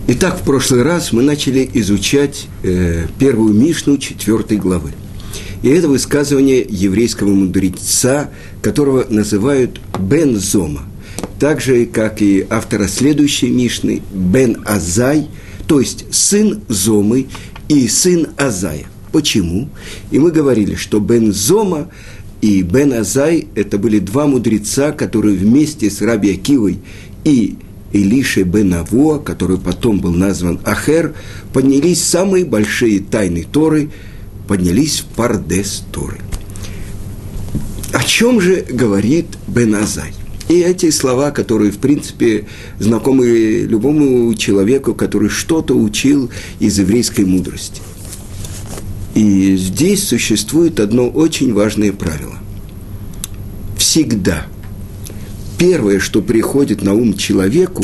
Итак, в прошлый раз мы начали изучать первую Мишну 4 главы. И это высказывание еврейского мудреца, которого называют Бен Зома. Так же, как и автора следующей Мишны, Бен Азай, то есть сын Зомы и сын Азая. Почему? И мы говорили, что Бен Зома и Бен Азай – это были два мудреца, которые вместе с Раби Акивой и Илишей бен Авуа, который потом был назван Ахер, поднялись самые большие тайны Торы, поднялись в Пардес Торы. О чем же говорит Бен Азай? И эти слова, которые, в принципе, знакомы любому человеку, который что-то учил из еврейской мудрости. И здесь существует одно очень важное правило. Всегда первое, что приходит на ум человеку,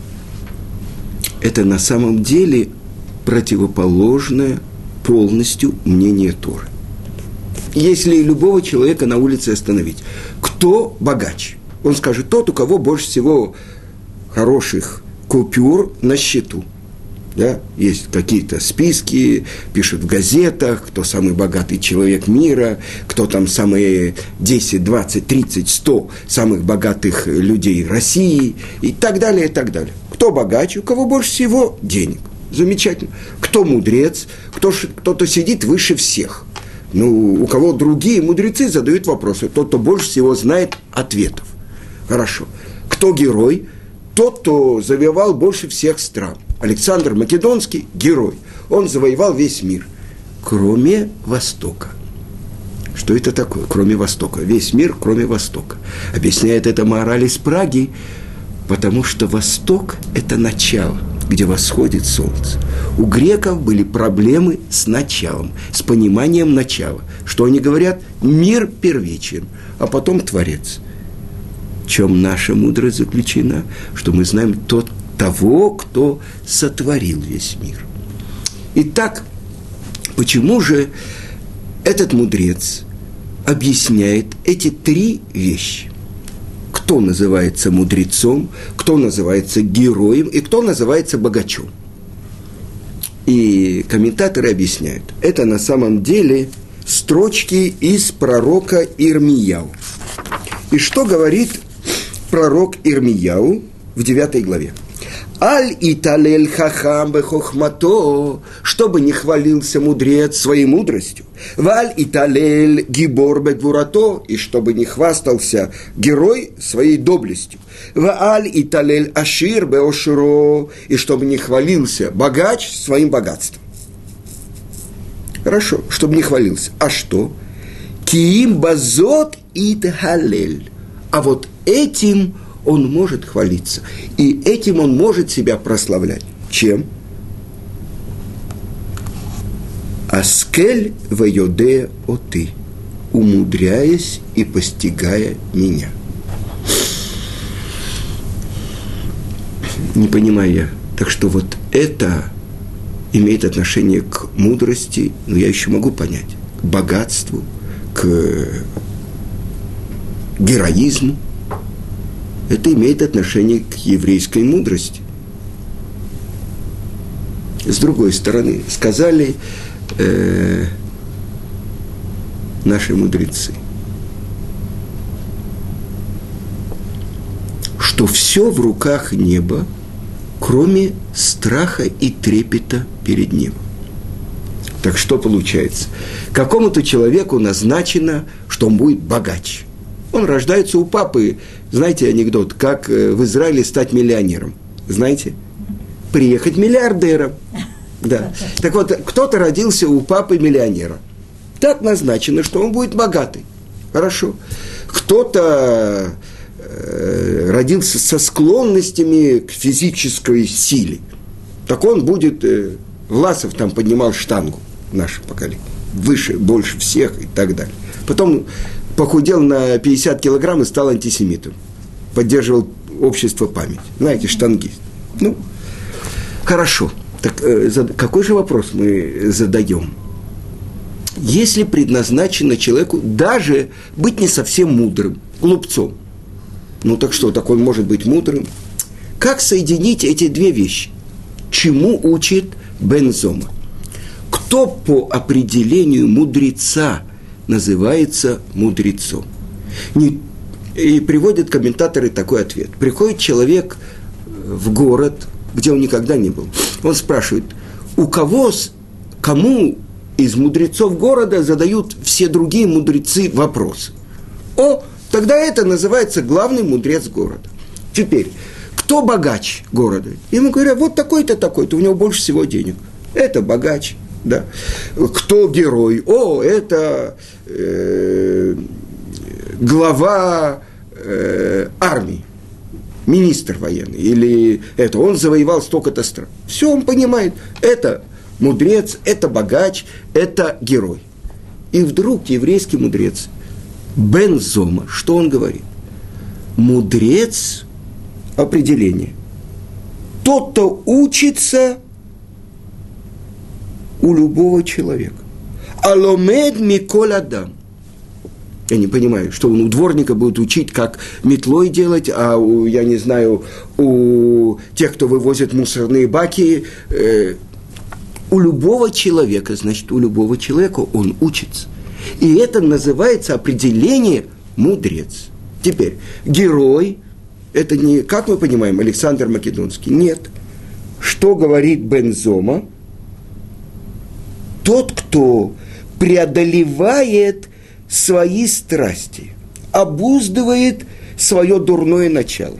это на самом деле противоположное полностью мнение Торы. Если любого человека на улице остановить, кто богач? Он скажет, тот, у кого больше всего хороших купюр на счету. Да? Есть какие-то списки, пишут в газетах, кто самый богатый человек мира, кто там самые 10, 20, 30, 100 самых богатых людей России и так далее, и так далее. Кто богач, у кого больше всего денег. Замечательно. Кто мудрец, кто-то сидит выше всех. Ну, у кого другие мудрецы задают вопросы, тот, кто больше всего знает ответов. Хорошо. Кто герой? Тот, кто завоевал больше всех стран. Александр Македонский – герой. Он завоевал весь мир, кроме Востока. Что это такое, кроме Востока? Весь мир, кроме Востока. Объясняет это Маораль из Праги, потому что Восток – это начало, где восходит солнце. У греков были проблемы с началом, с пониманием начала. Что они говорят? Мир первичен, а потом Творец. В чем наша мудрость заключена? Что мы знаем того, кто сотворил весь мир. Итак, почему же этот мудрец объясняет эти три вещи? Кто называется мудрецом, кто называется героем и кто называется богачом? И комментаторы объясняют, это на самом деле строчки из пророка Ирмияу. И что говорит пророк Ирмияу в 9 главе? «Аль-италель хахам бехохмато», чтобы не хвалился мудрец своей мудростью. «Валь-италель гибор бегвурато», и чтобы не хвастался герой своей доблестью. «Валь-италель ашир беоширо», и чтобы не хвалился богач своим богатством. Хорошо, чтобы не хвалился. А что? «Киим базот итхалель». А вот этим он может хвалиться. И этим он может себя прославлять. Чем? «Аскель вайоде оты», умудряясь и постигая меня. Не понимаю я. Так что вот это имеет отношение к мудрости, но я еще могу понять, к богатству, к героизму. Это имеет отношение к еврейской мудрости. С другой стороны, сказали наши мудрецы, что все в руках неба, кроме страха и трепета перед небом. Так что получается? Какому-то человеку назначено, что он будет богач. Он рождается у папы. Знаете анекдот, как в Израиле стать миллионером? Знаете? Приехать миллиардером. Да. Так вот, кто-то родился у папы миллионера. Так назначено, что он будет богатый. Хорошо. Кто-то родился со склонностями к физической силе. Так он будет... Власов там поднимал штангу в нашем поколении. Выше, больше всех и так далее. Потом похудел на 50 килограмм и стал антисемитом. Поддерживал общество память. Знаете, штангист. Ну, хорошо. Так какой же вопрос мы задаем? Если предназначено человеку даже быть не совсем мудрым, глупцом, ну так что, так он может быть мудрым? Как соединить эти две вещи? чему учит Бен Зома? Кто по определению мудреца называется мудрецом? И приводят комментаторы такой ответ. Приходит человек в город, где он никогда не был. Он спрашивает, кому из мудрецов города задают все другие мудрецы вопросы? Тогда это называется главный мудрец города. Теперь, кто богач города? Ему говорят, вот такой-то, такой-то, у него больше всего денег. Это богач, да. Кто герой? Это глава армии, министр военный. Или это, он завоевал столько-то стран. Все он понимает. Это мудрец, это богач, это герой. И вдруг еврейский мудрец Бен Зома, что он говорит? Мудрец, определение. Тот, кто учится у любого человека. Аломед миколь адам. Я не понимаю, что он у дворника будет учить, как метлой делать, а у тех, кто вывозит мусорные баки, у любого человека, значит, у любого человека он учится. И это называется определение мудрец. Теперь, герой, это не, как мы понимаем, Александр Македонский. Нет. Что говорит Бен Зома? Тот, кто преодолевает свои страсти, обуздывает свое дурное начало.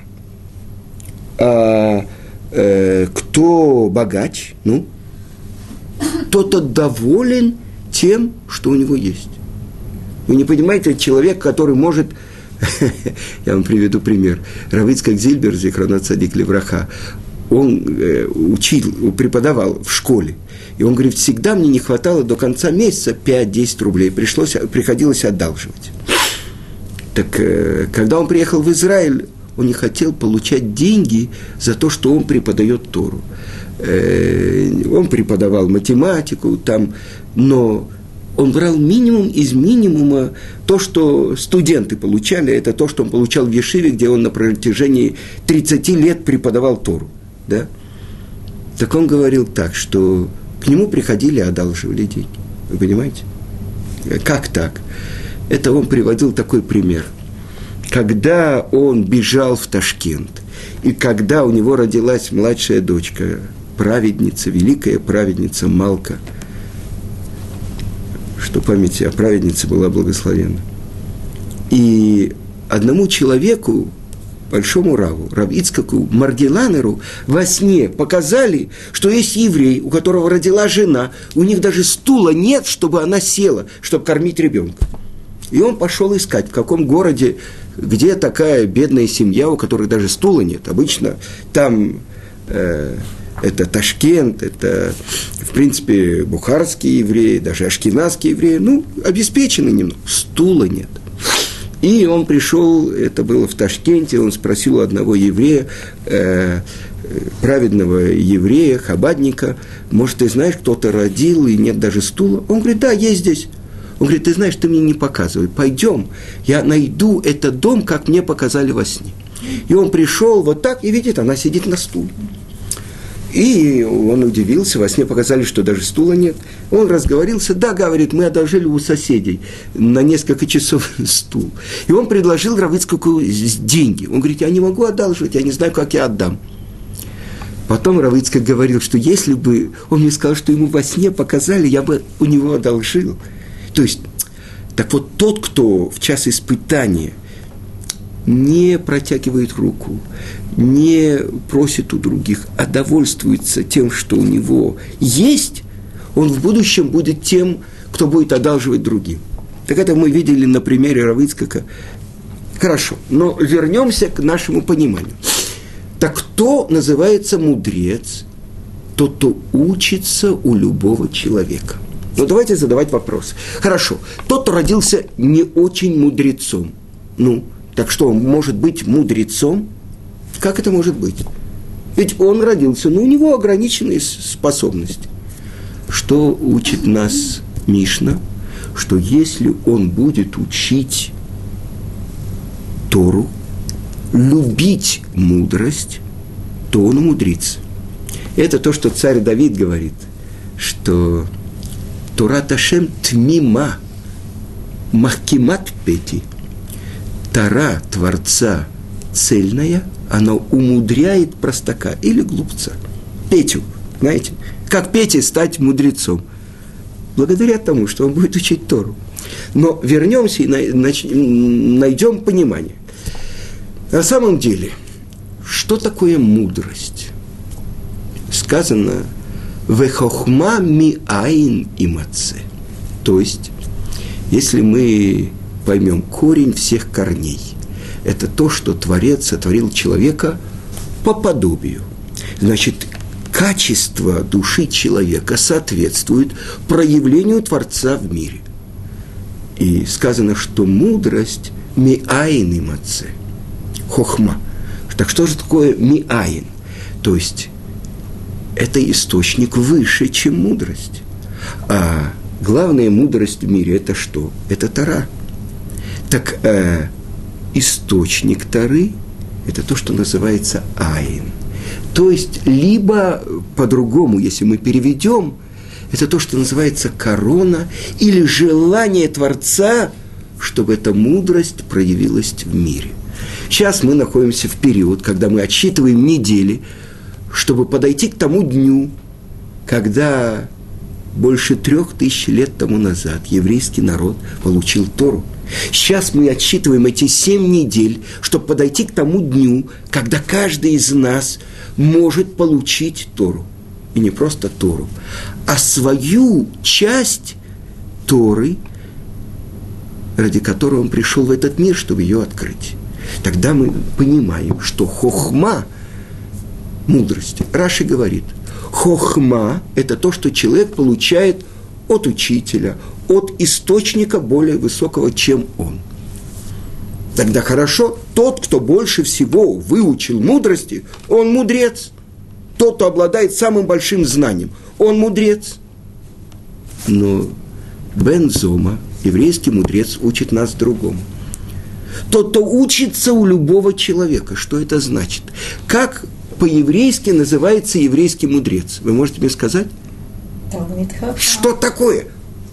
Кто богач? Кто-то доволен тем, что у него есть. Вы не понимаете, человек, который может... Я вам приведу пример. Рав Ицхак Зильбер, зихронот цадик левраха, он преподавал в школе. И он говорит, всегда мне не хватало до конца месяца 5-10 рублей. Приходилось одалживать. Так когда он приехал в Израиль, он не хотел получать деньги за то, что он преподает Тору. Он преподавал математику, но он брал минимум из минимума. То, что студенты получали, это то, что он получал в Ешиве, где он на протяжении 30 лет преподавал Тору. Да? Так он говорил так, что к нему приходили и одалживали деньги. Вы понимаете? Как так? Это он приводил такой пример. Когда он бежал в Ташкент, и когда у него родилась младшая дочка, праведница, великая праведница Малка, что память о праведнице была благословенна. И одному человеку, большому раву, рав Ицхаку Маргеланеру, во сне показали, что есть еврей, у которого родила жена, у них даже стула нет, чтобы она села, чтобы кормить ребенка. И он пошел искать, в каком городе, где такая бедная семья, у которой даже стула нет. Обычно там это Ташкент, это, в принципе, бухарские евреи, даже ашкеназские евреи, обеспечены немного, стула нет. И он пришел, это было в Ташкенте, он спросил у одного еврея, праведного еврея, хабадника, может, ты знаешь, кто-то родил и нет даже стула? Он говорит, да, есть здесь. Он говорит, ты знаешь, ты мне не показывай, пойдем, я найду этот дом, как мне показали во сне. И он пришел вот так и видит, она сидит на стуле. И он удивился, во сне показали, что даже стула нет. Он разговорился, да, говорит, мы одолжили у соседей на несколько часов стул. И он предложил рав Ицхаку деньги. Он говорит, я не могу одалживать, я не знаю, как я отдам. Потом рав Ицхак говорил, что если бы он мне сказал, что ему во сне показали, я бы у него одолжил. То есть, так вот, тот, кто в час испытания не протягивает руку, не просит у других, а довольствуется тем, что у него есть, он в будущем будет тем, кто будет одалживать другим. Так это мы видели на примере рава Ицхака. Хорошо, но вернемся к нашему пониманию. Так кто называется мудрец? Тот, кто учится у любого человека. Давайте задавать вопрос. Хорошо, тот, кто родился не очень мудрецом, так что он может быть мудрецом? Как это может быть? Ведь он родился, но у него ограниченные способности. Что учит нас Мишна? Что если он будет учить Тору, любить мудрость, то он умудрится. Это то, что царь Давид говорит, что Торат Ашем тмима, махкимат пети. Тора Творца цельная, она умудряет простака или глупца. Петю, знаете, как Пете стать мудрецом? Благодаря тому, что он будет учить Тору. Но вернемся и найдем понимание. На самом деле, что такое мудрость? Сказано «Вехохма миаин имаце». То есть, если мы поймем корень всех корней, это то, что Творец сотворил человека по подобию. Значит, качество души человека соответствует проявлению Творца в мире. И сказано, что мудрость миаин имаце, хохма. Так что же такое миаин? То есть, это источник выше, чем мудрость. А главная мудрость в мире – это что? Это Тора. Так источник Торы – это то, что называется аин. То есть, либо по-другому, если мы переведем, это то, что называется корона или желание Творца, чтобы эта мудрость проявилась в мире. Сейчас мы находимся в период, когда мы отсчитываем недели, чтобы подойти к тому дню, когда больше 3000 лет тому назад еврейский народ получил Тору. Сейчас мы отсчитываем эти 7 недель, чтобы подойти к тому дню, когда каждый из нас может получить Тору. И не просто Тору, а свою часть Торы, ради которой он пришел в этот мир, чтобы ее открыть. Тогда мы понимаем, что хохма, мудрость, Раши говорит, хохма – это то, что человек получает от учителя, от источника более высокого, чем он. Тогда хорошо, тот, кто больше всего выучил мудрости, он мудрец. Тот, кто обладает самым большим знанием, он мудрец. Но Бен Зома, еврейский мудрец, учит нас другому. Тот, кто учится у любого человека, что это значит? Как по-еврейски называется еврейский мудрец? Вы можете мне сказать? Что такое?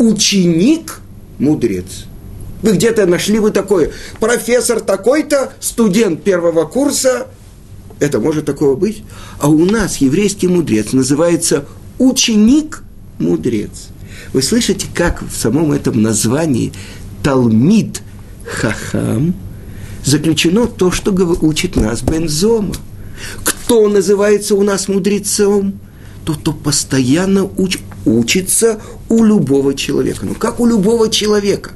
Ученик-мудрец. Вы где-то нашли вы такое? Профессор такой-то, студент первого курса. Это может такого быть? А у нас еврейский мудрец называется ученик-мудрец. Вы слышите, как в самом этом названии Талмид Хахам заключено то, что учит нас Бен Зома. Кто называется у нас мудрецом? Тот, кто постоянно учится у любого человека. Ну, как у любого человека?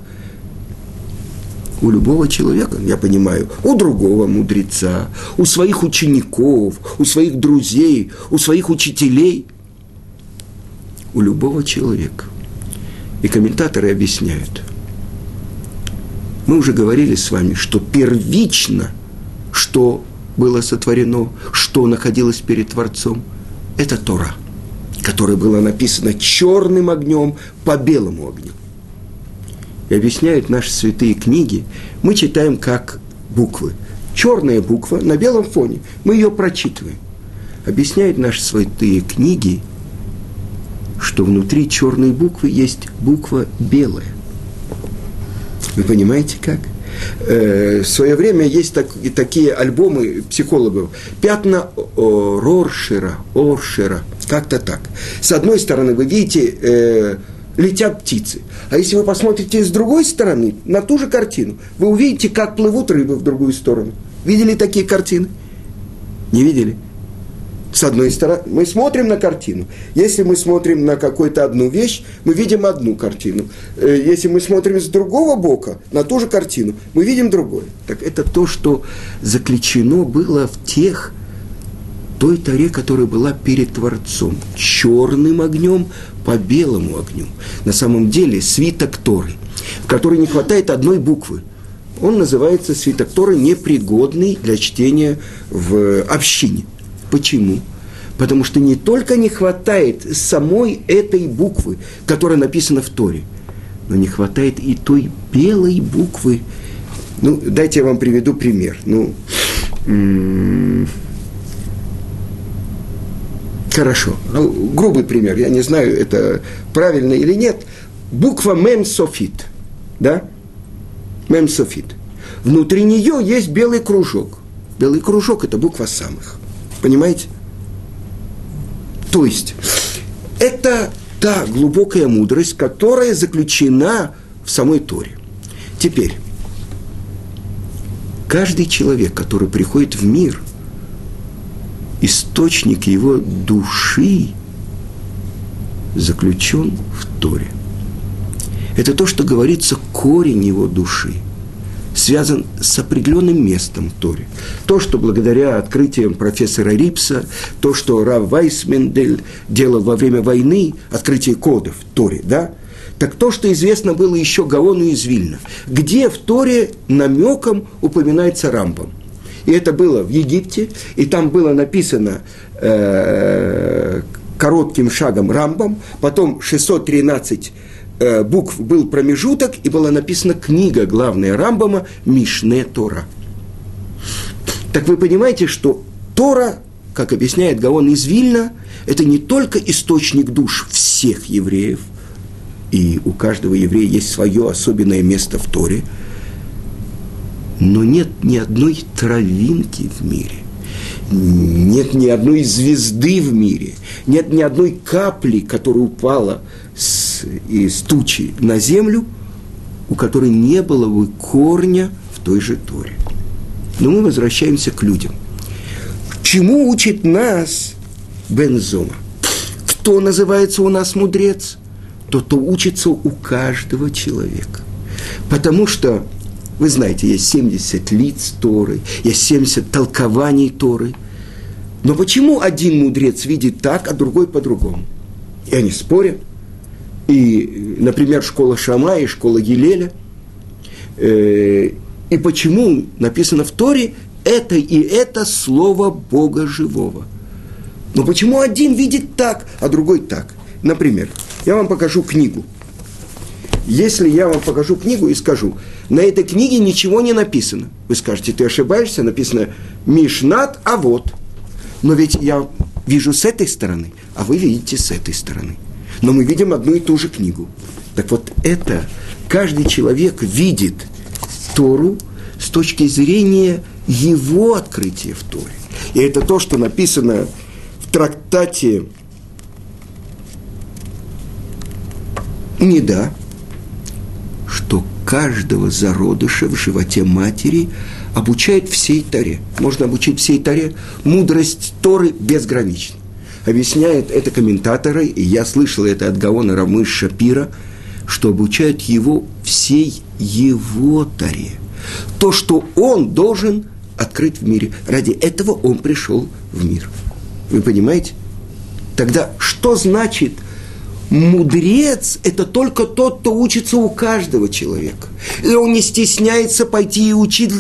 У любого человека, я понимаю, у другого мудреца, у своих учеников, у своих друзей, у своих учителей. У любого человека. И комментаторы объясняют. Мы уже говорили с вами, что первично, что было сотворено, что находилось перед Творцом, это Тора, которая была написана черным огнем по белому огню. И объясняют наши святые книги, мы читаем как буквы. Черная буква на белом фоне, мы ее прочитываем. Объясняют наши святые книги, что внутри черной буквы есть буква белая. Вы понимаете как? В свое время есть такие альбомы психологов. Пятна Роршера, как-то так. С одной стороны, вы видите, летят птицы. А если вы посмотрите с другой стороны, на ту же картину, вы увидите, как плывут рыбы в другую сторону. Видели такие картины? Не видели? С одной стороны, мы смотрим на картину. Если мы смотрим на какую-то одну вещь, мы видим одну картину. Если мы смотрим с другого бока на ту же картину, мы видим другое. Так это то, что заключено было в той Торе, которая была перед Творцом. Черным огнем по белому огню. На самом деле свиток Торы, в которой не хватает одной буквы. Он называется свиток Торы, непригодный для чтения в общине. Почему? Потому что не только не хватает самой этой буквы, которая написана в Торе, но не хватает и той белой буквы. Ну, дайте я вам приведу пример. Хорошо. Грубый пример. Я не знаю, это правильно или нет. Буква Мем Софит. Да? Мем Софит. Внутри нее есть белый кружок. Белый кружок – это буква самых. Понимаете? То есть, это та глубокая мудрость, которая заключена в самой Торе. Теперь, каждый человек, который приходит в мир, источник его души заключен в Торе. Это то, что говорится, корень его души связан с определенным местом в Торе. То, что благодаря открытиям профессора Рипса, то, что Рав Вайсмендель делал во время войны, открытие кодов в Торе, да? Так то, что известно было еще Гаону из Вильна, где в Торе намеком упоминается Рамбам. И это было в Египте, и там было написано коротким шагом Рамбам, потом 613 букв был промежуток, и была написана книга главная Рамбама «Мишне Тора». Так вы понимаете, что Тора, как объясняет Гаон из Вильна, это не только источник душ всех евреев, и у каждого еврея есть свое особенное место в Торе, но нет ни одной травинки в мире, нет ни одной звезды в мире, нет ни одной капли, которая упала из тучи на землю, у которой не было бы корня в той же Торе. Но мы возвращаемся к людям. Чему учит нас Бен Зома? Кто называется у нас мудрец? Тот, кто учится у каждого человека. Потому что, вы знаете, есть 70 лиц Торы, есть 70 толкований Торы. Но почему один мудрец видит так, а другой по-другому? И они спорят. И, например, школа Шама и школа Гилеля. И почему написано в Торе это и это слово Бога живого? Но почему один видит так, а другой так? Например, я вам покажу книгу. Если я вам покажу книгу и скажу, на этой книге ничего не написано, вы скажете, ты ошибаешься, написано Мишнат Авот. Но ведь я вижу с этой стороны, а вы видите с этой стороны. Но мы видим одну и ту же книгу. Так вот это, каждый человек видит Тору с точки зрения его открытия в Торе. И это то, что написано в трактате Нида, что каждого зародыша в животе матери обучает всей Торе. Можно обучить всей Торе. Мудрость Торы безгранична. Объясняют это комментаторы, и я слышал это от Гаона Рамы Шапира, что обучают его всей его Торе. То, что он должен открыть в мире. Ради этого он пришел в мир. Вы понимаете? Тогда что значит мудрец? Это только тот, кто учится у каждого человека. И он не стесняется пойти и учить...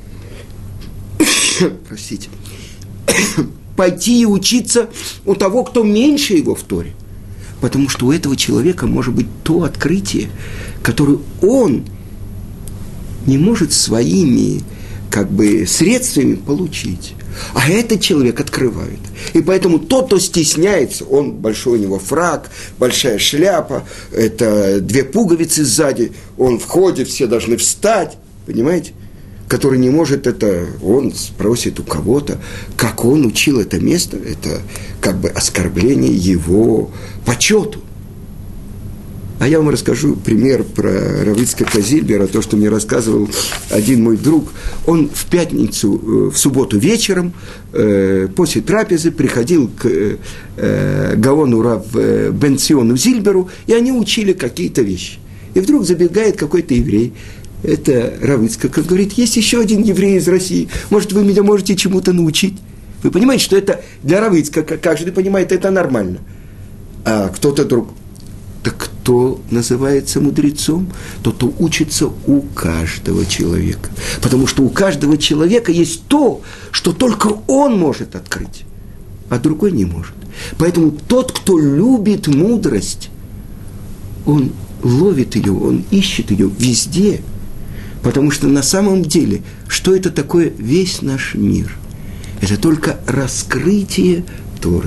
Простите. Пойти и учиться у того, кто меньше его в Торе. Потому что у этого человека может быть то открытие, которое он не может своими средствами получить. А этот человек открывает. И поэтому тот, кто стесняется, он большой у него фрак, большая шляпа, это 2 пуговицы сзади, он входит, все должны встать, понимаете? Который не может это, он спросит у кого-то, как он учил это место, это оскорбление его почету. А я вам расскажу пример про Рав Ицхака Зильбера, то, что мне рассказывал один мой друг. Он в пятницу, в субботу вечером, после трапезы, приходил к Гаону Рав Бен Циону Зильберу, и они учили какие-то вещи. И вдруг забегает какой-то еврей, это Рав Ицхак, говорит, есть еще один еврей из России, может, вы меня можете чему-то научить? Вы понимаете, что это для Рава Ицхака, каждый понимает, это нормально. А кто-то друг... Так кто называется мудрецом? Тот, кто учится у каждого человека. Потому что у каждого человека есть то, что только он может открыть, а другой не может. Поэтому тот, кто любит мудрость, он ловит ее, он ищет ее везде. Потому что на самом деле, что это такое весь наш мир? Это только раскрытие Торы.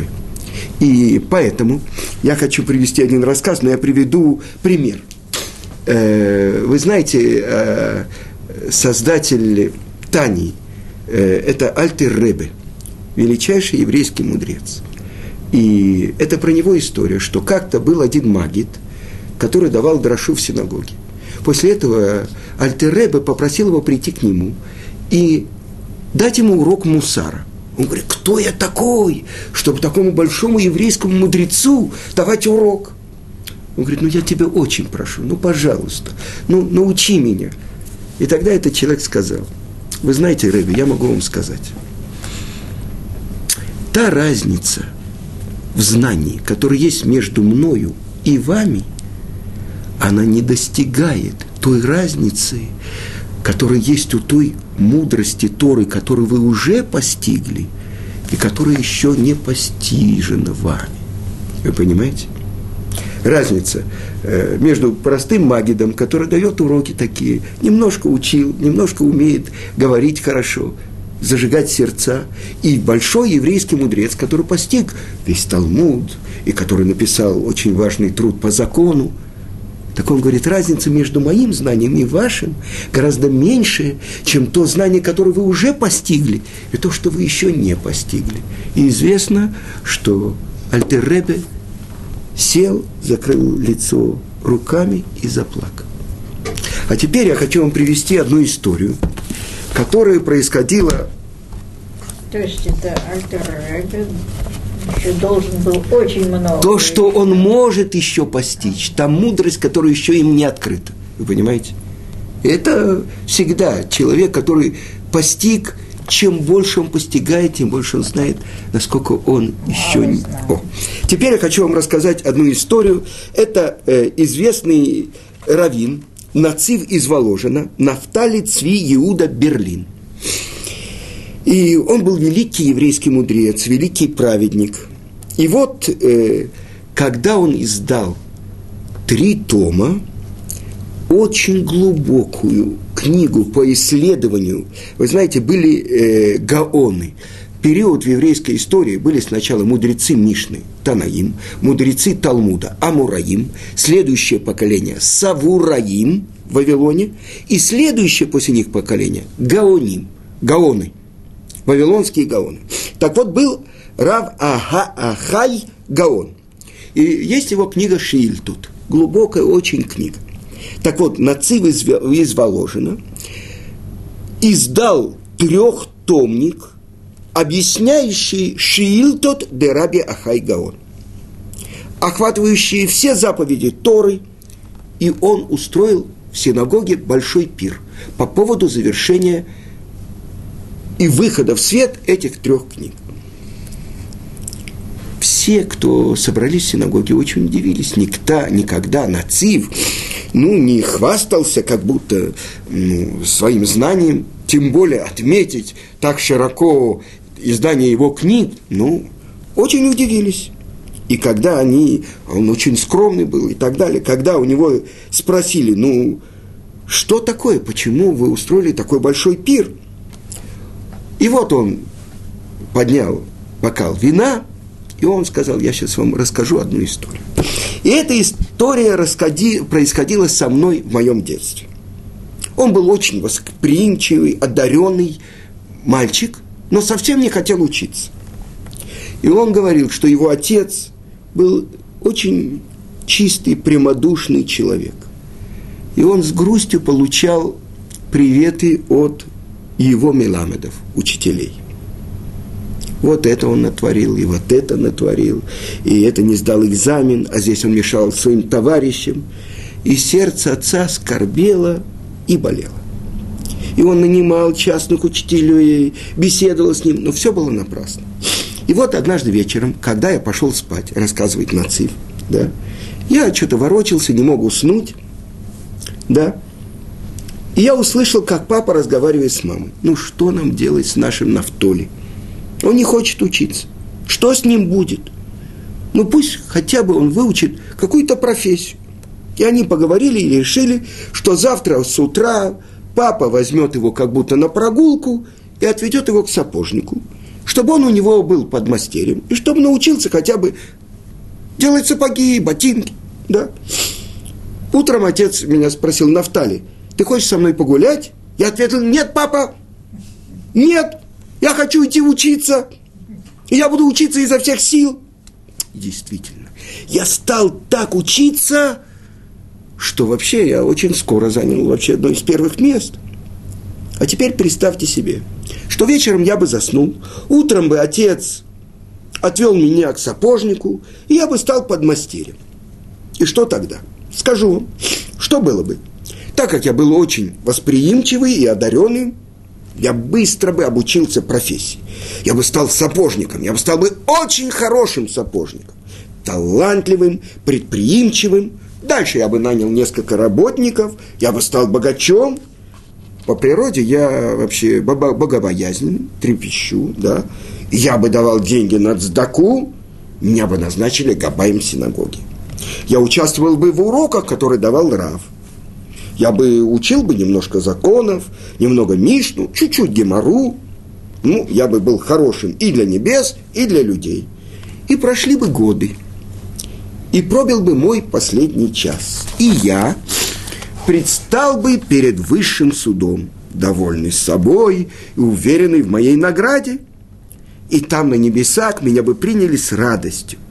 И поэтому я хочу привести один рассказ, но я приведу пример. Вы знаете, создатель Тани, это Альтер Ребе, величайший еврейский мудрец. И это про него история, что как-то был один магид, который давал дрошу в синагоге. После этого Альтер Ребе попросил его прийти к нему и дать ему урок мусара. Он говорит, кто я такой, чтобы такому большому еврейскому мудрецу давать урок? Он говорит, я тебя очень прошу, пожалуйста, научи меня. И тогда этот человек сказал, вы знаете, Ребе, я могу вам сказать, та разница в знании, которая есть между мною и вами, она не достигает той разницы, которая есть у той мудрости Торы, которую вы уже постигли, и которая еще не постижена вами. Вы понимаете? Разница между простым магидом, который дает уроки такие, немножко учил, немножко умеет говорить хорошо, зажигать сердца, и большой еврейский мудрец, который постиг весь Талмуд, и который написал очень важный труд по закону. Так он говорит, разница между моим знанием и вашим гораздо меньше, чем то знание, которое вы уже постигли, и то, что вы еще не постигли. И известно, что Альтер Ребе сел, закрыл лицо руками и заплакал. А теперь я хочу вам привести одну историю, которая происходила... То есть это Альтер Ребе еще должен был очень много... То, что он может еще постичь, та мудрость, которая еще им не открыта. Вы понимаете? Это всегда человек, который постиг, чем больше он постигает, тем больше он знает, насколько он еще не... Теперь я хочу вам рассказать одну историю. Это известный раввин, Нацив из Воложина, Нафтали Цви Иуда Берлин. И он был великий еврейский мудрец, великий праведник. И вот, когда он издал 3 тома, очень глубокую книгу по исследованию, вы знаете, были гаоны. Период в еврейской истории были сначала мудрецы Мишны, Танаим, мудрецы Талмуда, Амураим, следующее поколение Савураим в Вавилоне, и следующее после них поколение Гаоним, Гаоны, вавилонские Гаоны. Так вот, был Рав Ахай Гаон. И есть его книга Шиильтут, глубокая очень книга. Так вот, Нацив из Воложина издал 3-томник, объясняющий Шиильтот де Раби Ахай Гаон, охватывающий все заповеди Торы, и он устроил в синагоге большой пир по поводу завершения и выхода в свет этих 3 книг. Все, кто собрались в синагоге, очень удивились. Никогда Нацив, не хвастался как будто своим знанием, тем более отметить так широко издание его книг, очень удивились. И когда он очень скромный был и так далее, когда у него спросили, что такое, почему вы устроили такой большой пир? И вот он поднял бокал вина, и он сказал, я сейчас вам расскажу одну историю. И эта история происходила со мной в моем детстве. Он был очень восприимчивый, одаренный мальчик, но совсем не хотел учиться. И он говорил, что его отец был очень чистый, прямодушный человек. И он с грустью получал приветы от его меламедов, учителей. Вот это он натворил, и вот это натворил, и это не сдал экзамен, а здесь он мешал своим товарищам. И сердце отца скорбело и болело. И он нанимал частных учителей, беседовал с ним, но все было напрасно. И вот однажды вечером, когда я пошел спать, рассказывает Нацив, я что-то ворочался, не мог уснуть, и я услышал, как папа разговаривает с мамой. Что нам делать с нашим Нафтоли? Он не хочет учиться. Что с ним будет? Пусть хотя бы он выучит какую-то профессию. И они поговорили и решили, что завтра с утра папа возьмет его как будто на прогулку и отведет его к сапожнику, чтобы он у него был подмастерьем, и чтобы научился хотя бы делать сапоги, ботинки, да. Утром отец меня спросил: Нафтали, ты хочешь со мной погулять? Я ответил: нет, папа, нет, я хочу идти учиться, и я буду учиться изо всех сил. И действительно, я стал так учиться, что вообще я очень скоро занял вообще одно из первых мест. А теперь представьте себе, что вечером я бы заснул, утром бы отец отвел меня к сапожнику, и я бы стал подмастерьем. И что тогда? Скажу вам, что было бы. Так как я был очень восприимчивый и одаренный, я быстро бы обучился профессии. Я бы стал сапожником, я бы стал бы очень хорошим сапожником, талантливым, предприимчивым. Дальше я бы нанял несколько работников, я бы стал богачом. По природе я вообще богобоязненный, трепещу, да. Я бы давал деньги на цдаку, меня бы назначили габаем синагоги. Я участвовал бы в уроках, которые давал Рав. Я бы учил бы немножко законов, немного Мишну, чуть-чуть Гемару. Ну, я бы был хорошим и для небес, и для людей. И прошли бы годы. И пробил бы мой последний час. И я предстал бы перед высшим судом, довольный собой и уверенный в моей награде. И там на небесах меня бы приняли с радостью.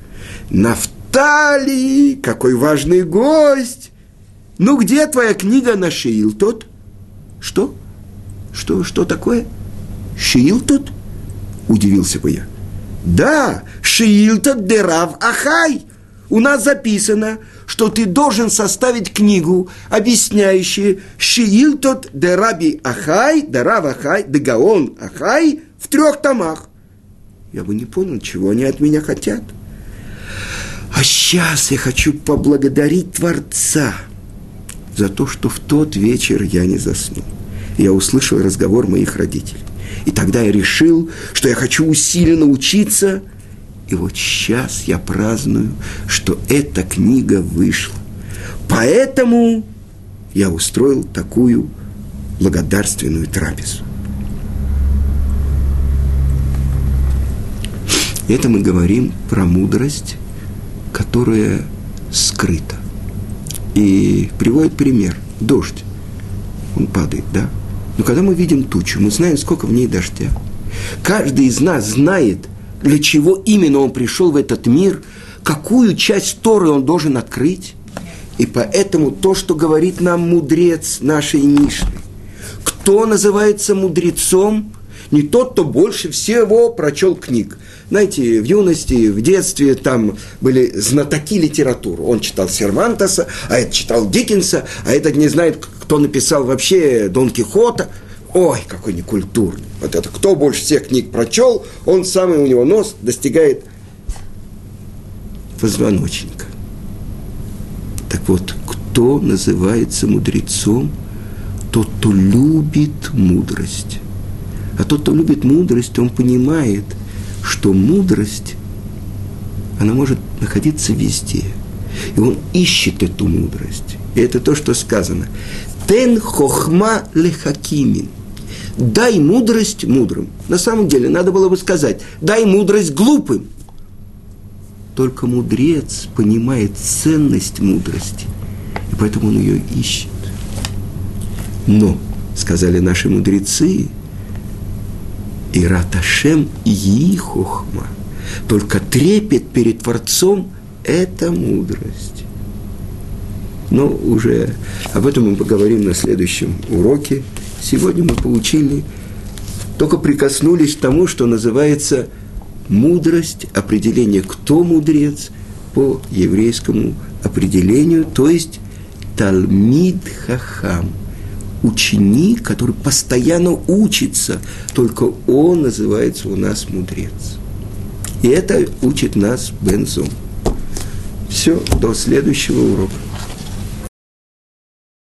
Нафтали, какой важный гость! Ну, где твоя книга на Шеилтот? Что? Что такое? Шеилтот? Удивился бы я. Да, Шеилтот де Рав Ахай. У нас записано, что ты должен составить книгу, объясняющую Шеилтот де Раби Ахай, де Рав Ахай, де Гаон Ахай в 3 томах. Я бы не понял, чего они от меня хотят. А сейчас я хочу поблагодарить Творца за то, что в тот вечер я не заснул. Я услышал разговор моих родителей. И тогда я решил, что я хочу усиленно учиться. И вот сейчас я праздную, что эта книга вышла. Поэтому я устроил такую благодарственную трапезу. Это мы говорим про мудрость, которая скрыта. И приводит пример. Дождь. Он падает, да? Но когда мы видим тучу, мы знаем, сколько в ней дождя. Каждый из нас знает, для чего именно он пришел в этот мир, какую часть Торы он должен открыть. И поэтому то, что говорит нам мудрец нашей Мишны, кто называется мудрецом, не тот, кто больше всего прочел книг. Знаете, в юности, в детстве там были знатоки литературы. Он читал Сервантеса, а этот читал Диккенса, а этот не знает, кто написал вообще Дон Кихота. Ой, какой некультурный. Вот это кто больше всех книг прочел, он самый, у него нос достигает позвоночника. Так вот, кто называется мудрецом? Тот, кто любит мудрость. А тот, кто любит мудрость, он понимает, что мудрость, она может находиться везде. И он ищет эту мудрость. И это то, что сказано. «Тен хохма лехакимин». «Дай мудрость мудрым». На самом деле, надо было бы сказать, «дай мудрость глупым». Только мудрец понимает ценность мудрости, и поэтому он ее ищет. Но, сказали наши мудрецы, «Ират Ашем и хохма». Только трепет перед Творцом – это мудрость. Но уже об этом мы поговорим на следующем уроке. Сегодня мы получили, только прикоснулись к тому, что называется мудрость, определение, кто мудрец по еврейскому определению, то есть Талмид Хахам, ученик, который постоянно учится, только он называется у нас мудрец. И это учит нас Бен Зом. Все, до следующего урока.